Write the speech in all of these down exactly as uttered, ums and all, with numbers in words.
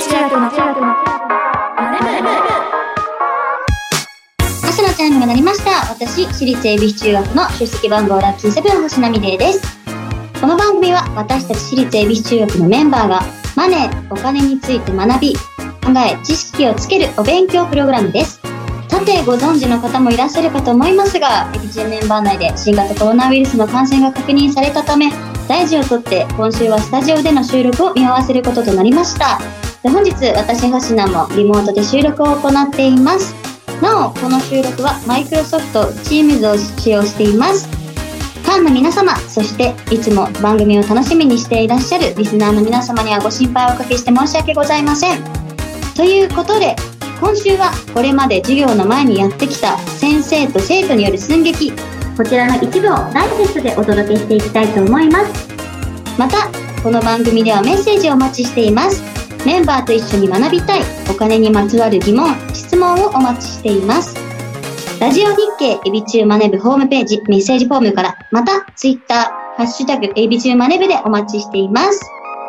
中学の朝のチャイムが鳴りました。私、私立恵比寿中学の出席番号ラッキーセブン星並玲です。この番組は私たち私立恵比寿中学のメンバーがマネー、お金について学び、考え、知識をつけるお勉強プログラムです。さて、ご存知の方もいらっしゃるかと思いますが、恵比寿メンバー内で新型コロナウイルスの感染が確認されたため、大事をとって今週はスタジオでの収録を見合わせることとなりました。で本日、私星名もリモートで収録を行っています。なお、この収録はマイクロソフト Teams を使用しています。ファンの皆様、そしていつも番組を楽しみにしていらっしゃるリスナーの皆様にはご心配をおかけして申し訳ございません。ということで、今週はこれまで授業の前にやってきた先生と生徒による寸劇、こちらの一部をダイジェストでお届けしていきたいと思います。また、この番組ではメッセージをお待ちしています。メンバーと一緒に学びたいお金にまつわる疑問、質問をお待ちしています。ラジオ日経エビチューマネ部ホームページメッセージフォームから、またツイッターハッシュタグエビチューマネ部でお待ちしています。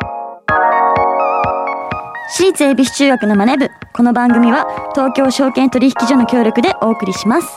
私立恵比寿中学のマネ部、この番組は東京証券取引所の協力でお送りします。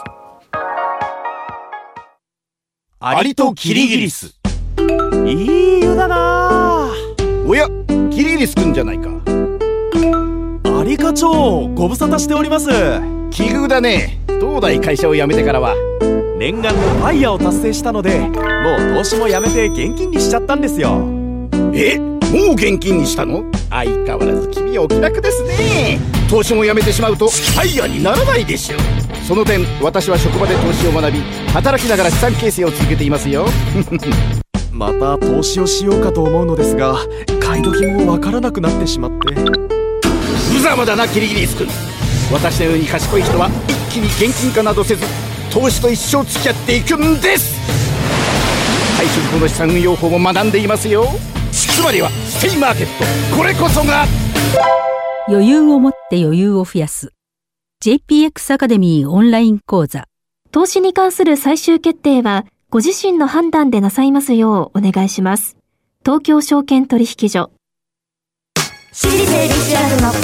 アリとキリギリス、 いい湯だな。 おや、キリギリスくんじゃないか。 アリ課長、ご無沙汰しております。 奇遇だね。東大会社を辞めてからは念願のファイヤーを達成したので、もう投資もやめて現金にしちゃったんですよ。 え、もう現金にしたの？相変わらず君はお気楽ですね。投資もやめてしまうとファイヤーにならないでしょう。その点、私は職場で投資を学び、働きながら資産形成を続けていますよ。 また投資をしようかと思うのですが、買い時もわからなくなってしまって。 無様だな、キリギリス君。私のように賢い人は一気に現金化などせず、投資と一生付き合っていくんです。退職後の資産運用法も学んでいますよ。つまりはステイマーケット、これこそが余裕を持って余裕を増やす ジェイピーエックス アカデミーオンライン講座。 投資に関する最終決定はご自身の判断でなさいますようお願いします。東京証券取引所。 私立恵比寿中学のツイッ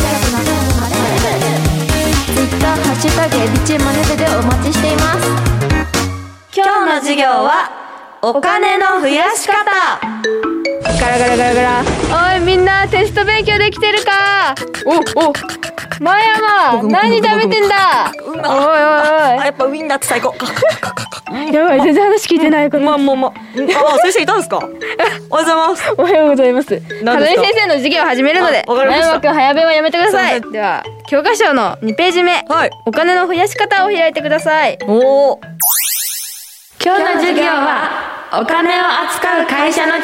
ターハッシュタグエビチューマネ部でお待ちしています。 今日の授業はお金の増やし方。 ガラガラガラガラ。おい、みんなテスト勉強できてるか。おお、前山何食べてんだ。おいおいおい、 やっぱウインナーって最高。 やばい、全然話聞いてないから。 まあまあまあ、あ、先生いたんですか。おはようございます。 おはようございます。 何ですか。 先生の授業を始めるので、前山くん早弁はやめてください。では教科書のにページ目、はい、お金の増やし方を開いてください。 おお。 今日の授業はお金を扱う会社の違い。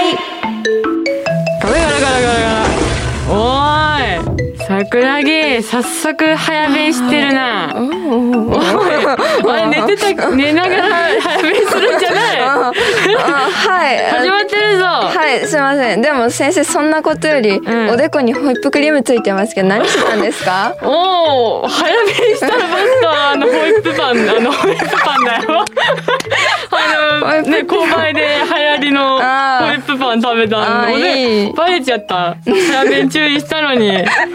ガラガラガラガラガラ。おーい、桜木、早速早弁してるな。おい、おい、寝てた、寝ながら早弁するんじゃない。 あ、はい、 始まってるぞ。 はい、すいません。でも先生、そんなことより、うん、おでこにホイップクリームついてますけど何してたんですか。 おお、早弁したらまたあのホイップパン、あのホイップパンだよ。あのね、購買で流行りのホイップパン食べたのでバレちゃった。早弁注意したのに。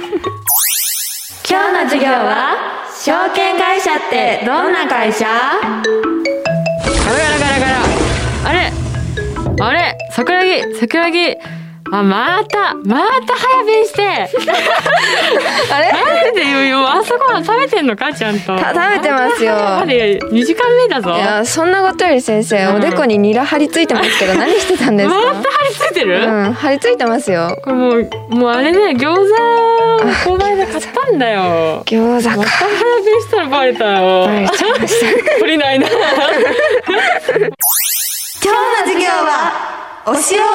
今日の授業は証券会社ってどんな会社。 ガラガラガラガラ。あれあれ、桜木桜木、あ、またまた早弁して。 あれ、 なんでよ、朝ごはん食べてんのか、ちゃんと。 た食べてますよ。 までにじかんめだぞ。 いや、そんなことより先生、うん、おでこにニラ張り付いてますけど何してたんですか。 また張り付いてる。 うん、張り付いてますよ。 これもうもうあれね、餃子を購買で買ったんだよ。 餃子か。 また早弁したらバレたよ。 バレちゃいました。 懲りないな。 今日の授業は推しを応援しよ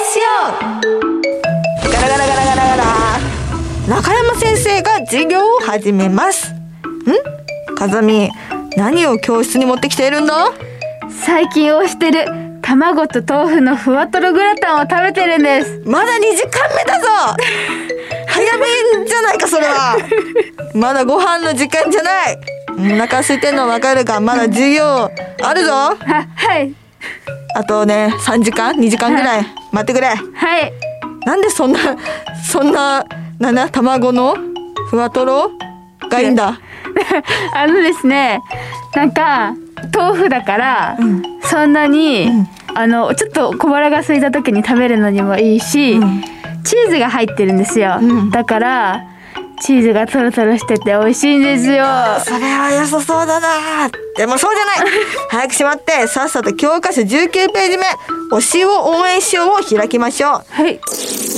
う。ガラガラガラガラガラ。中山先生が授業を始めます。ん？風見、何を教室に持ってきているんだ。 最近推してる卵と豆腐のふわとろグラタンを食べてるんです。 まだにじかんめだぞ。早弁じゃないかそれは。まだご飯の時間じゃない。お腹空いてんの分かるが、まだ授業あるぞ。は、 はい。 あとね、さんじかんにじかんぐらい待ってくれ。 はい。 なんでそんなそんななんだ卵のふわとろがいいんだ。 あのですね、なんか豆腐だから、うん、そんなに、うん、あのちょっと小腹が空いた時に食べるのにもいいし、うん、チーズが入ってるんですよ、うん、だからチーズがトロトロしてて美味しいんですよ。 それは良さそうだな。でもそうじゃない早くしまってさっさと教科書じゅうきゅうページ目推しを応援しようを開きましょう。 はい。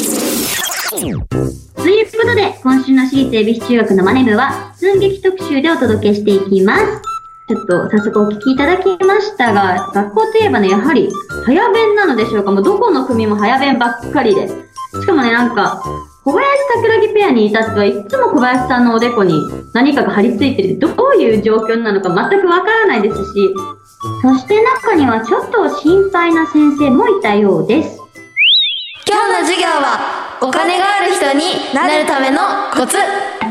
ということで今週の私立恵比寿中学のマネ部は寸劇特集でお届けしていきます。ちょっと早速お聞きいただきましたが、学校といえばね、やはり早弁なのでしょうか。もうどこの組も早弁ばっかりで、しかもね、なんか小林桜木ペアに至ってはいつも小林さんのおでこに何かが張り付いてる、どういう状況なのか全くわからないですし、そして中にはちょっと心配な先生もいたようです。 今日の授業はお金がある人になるためのコツ。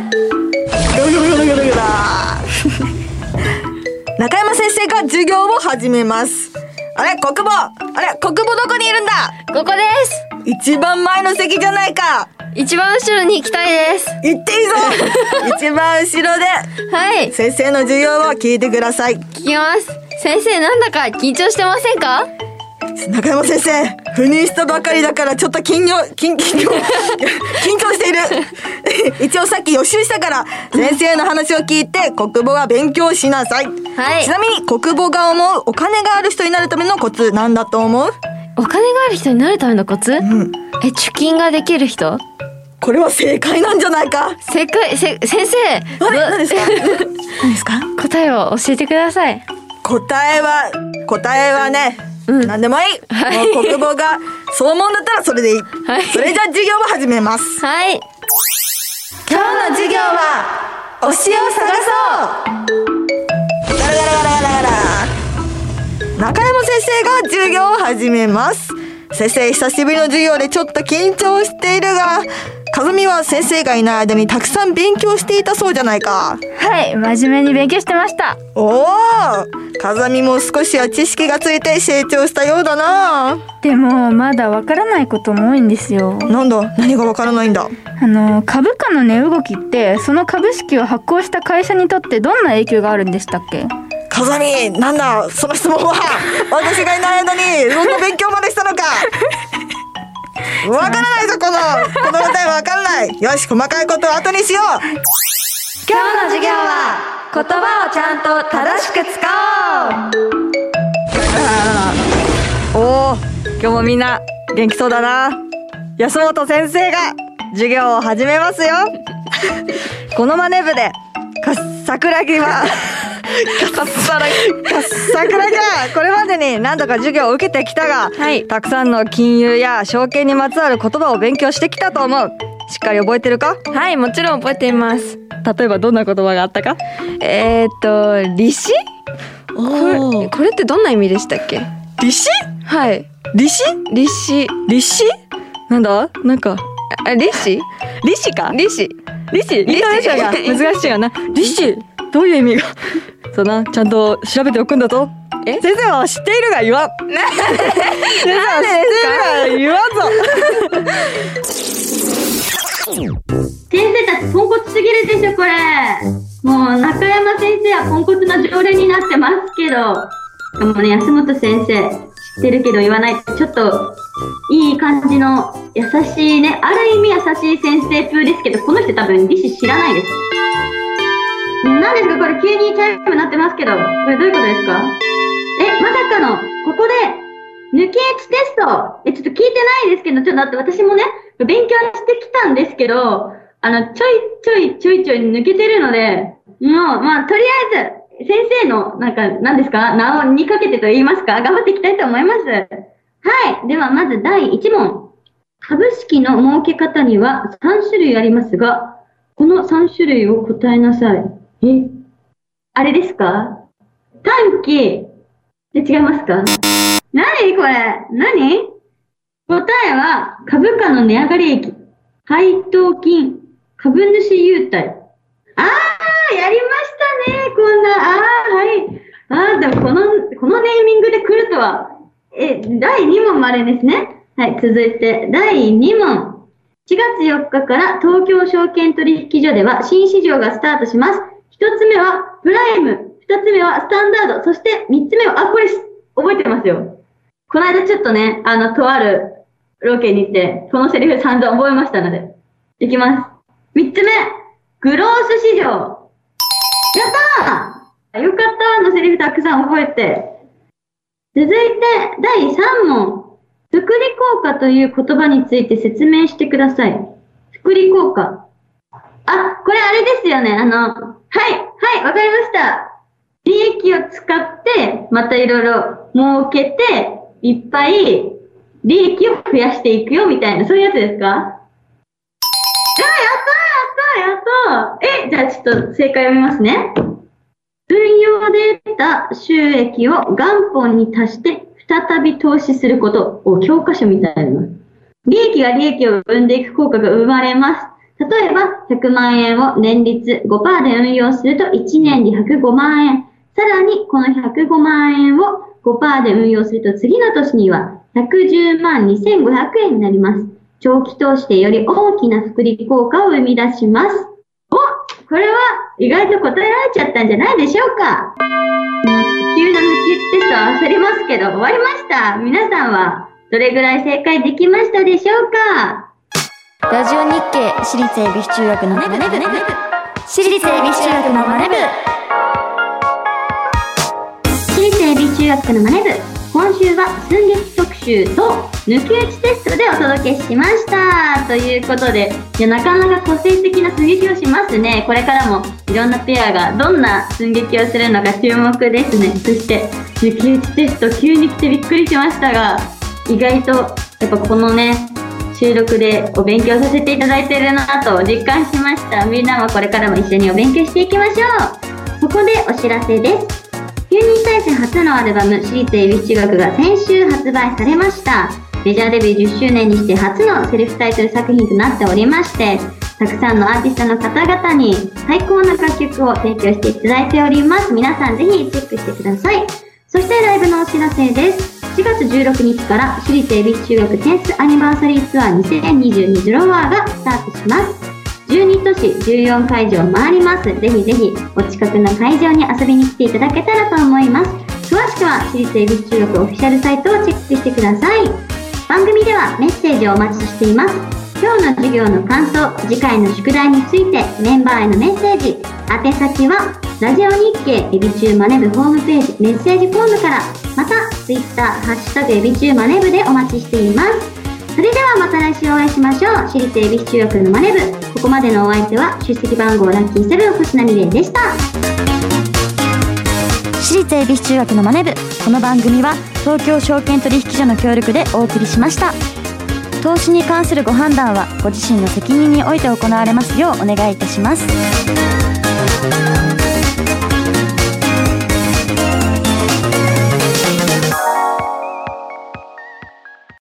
中山先生が授業を始めます。あれ国母、あれ国母どこにいるんだ。 ここです。 一番前の席じゃないか。 一番後ろに行きたいです。 行っていいぞ一番後ろではい先生の授業を聞いてください。 聞きます。先生、なんだか緊張してませんか。 中山先生、赴任したばかりだからちょっと緊張緊緊張緊張している一応さっき予習したから先生の話を聞いて国母は勉強しなさい。 はい。 ちなみに国母が思うお金がある人になるためのコツなんだと思う？ お金がある人になるためのコツ、うん、え、貯金ができる人？ これは正解なんじゃないか。 正解、せ、先生。 あれ、何ですか何ですか？ 答えを教えてください。 答えは、答えはね、うん、何でもいい、はい、もう国母がそう思うんだったらそれでいい、はい、それじゃあ授業を始めます。 はい。 今日の授業は推しを探そう。ガラガラガラガラガラ。中山先生が授業を始めます。先生、久しぶりの授業でちょっと緊張しているが、風見は先生がいない間にたくさん勉強していたそうじゃないか。 はい、真面目に勉強してました。 おー、風見も少しは知識がついて成長したようだな。 でもまだわからないことも多いんですよ。 なんだ、何がわからないんだ。 あの株価の値動きってその株式を発行した会社にとってどんな影響があるんでしたっけ？ 風見、なんだその質問は私がいない間にそんな勉強までしたのかわからないぞ、このこの答えはわからない。よし、細かいことを後にしよう。 今日の授業は言葉をちゃんと正しく使おう。おー、今日もみんな元気そうだな。安本先生が授業を始めますよこのマネ部でか桜木はかっさらか桜木はこれまでに何度か授業を受けてきたが、はい、たくさんの金融や証券にまつわる言葉を勉強してきたと思う。しっかり覚えてるか？ はい、もちろん覚えています。 例えばどんな言葉があったか？ えーっと利子？これ、これってどんな意味でしたっけ？ 利子？ はい。 利子？ 利子。 利子？なんだ？なんかあ、利子？ 利子か？ 利子。 利子？イントネーションが難しいよな。利子？どういう意味が？そうな、ちゃんと調べておくんだぞ。え？先生は知っているが言わん。先生は知っているが言わんぞ。 先生たちポンコツすぎるでしょこれ。もう中山先生はポンコツな常連になってますけど、でもね、安本先生知ってるけど言わない、ちょっといい感じの優しいね、ある意味優しい先生風ですけど、この人多分利子知らないです。何ですかこれ、急にチャイム鳴ってますけど、これどういうことですか？え、まさかのここで抜き打ちテスト、え、ちょっと聞いてないですけど、ちょっとだって私もね勉強してきたんですけど、あのちょいちょいちょいちょい抜けてるので、もうまあとりあえず先生のなんか何ですか、名にかけてと言いますか、頑張っていきたいと思います。はい、ではまずだいいち問。株式の儲け方にはさん種類ありますが、このさん種類を答えなさい。え、あれですか？短期、え、違いますか？何これ？何？答えは、株価の値上がり益、配当金、株主優待。あー、やりましたね、こんな、あー、はい。あー、でもこの、このネーミングで来るとは、え、だいに問までですね。はい、続いて、だいに問。 しがつよっかから東京証券取引所では新市場がスタートします。ひとつめはプライム、ふたつめはスタンダード、そしてみっつめは、あ、これ覚えてますよ。この間ちょっとね、あの、とあるロケに行って、このセリフ散々覚えましたので、いきます。みっつめ、グロース市場。やったーよかったーのセリフたくさん覚えて。続いて、だいさん問。複利効果という言葉について説明してください。複利効果。あ、これあれですよね。あの、はい、はい、わかりました。利益を使って、またいろいろ儲けて、いっぱい利益を増やしていくよ、みたいな、そういうやつですか？あ、やったーやったーやったーえ、じゃあちょっと正解読みますね。運用で得た収益を元本に足して再び投資することを教科書みたいな。利益が利益を生んでいく効果が生まれます。例えば、ひゃくまんえんを年率 ごパーセント で運用するといちねんでひゃくごまんえん。さらに、このひゃくごまんえんを ごパーセント で運用すると次の年にはひゃくじゅうまんにせんごひゃくえんになります。長期投資でより大きな複利効果を生み出します。お、これは意外と答えられちゃったんじゃないでしょうか。急な抜き打ちテストは焦りますけど、終わりました。皆さんはどれぐらい正解できましたでしょうか。 ラジオ日経私立恵比寿中学のマネブ、私立恵比寿中学のマネブ、 私立恵比寿中学のマネブ。今週は寸劇特集と抜き打ちテストでお届けしましたということで、いやなかなか個性的な寸劇をしますね。これからもいろんなペアがどんな寸劇をするのか注目ですね。そして抜き打ちテスト急に来てびっくりしましたが、意外とやっぱこのね収録でお勉強させていただいてるなと実感しました。みんなもこれからも一緒にお勉強していきましょう。ここでお知らせです。きゅうにん対戦初のアルバム私立恵比寿中学が先週発売されました。メジャーデビューじゅっしゅうねんにして初のセルフタイトル作品となっておりまして、たくさんのアーティストの方々に最高な楽曲を提供していただいております。皆さんぜひチェックしてください。そしてライブのお知らせです。しがつじゅうろくにちから私立恵比寿中学テンスアニバーサリーツアーにせんにじゅうにズロワーがスタートします。じゅうに都市じゅうよんかいじょう回ります。ぜひぜひお近くの会場に遊びに来ていただけたらと思います。詳しくは私立恵比寿中学オフィシャルサイトをチェックしてください。番組ではメッセージをお待ちしています。今日の授業の感想、次回の宿題についてメンバーへのメッセージ、宛先はラジオ日経エビ中マネブホームページメッセージフォームから、またツイッターハッシュタグエビ中マネブでお待ちしています。それではまた来週お会いしましょう。私立恵比寿中学のマネブ。ここまでのお相手は出席番号ラッキーセブン星名美玲でした。 私立恵比寿中学のマネブ。この番組は東京証券取引所の協力でお送りしました。投資に関するご判断はご自身の責任において行われますようお願いいたします。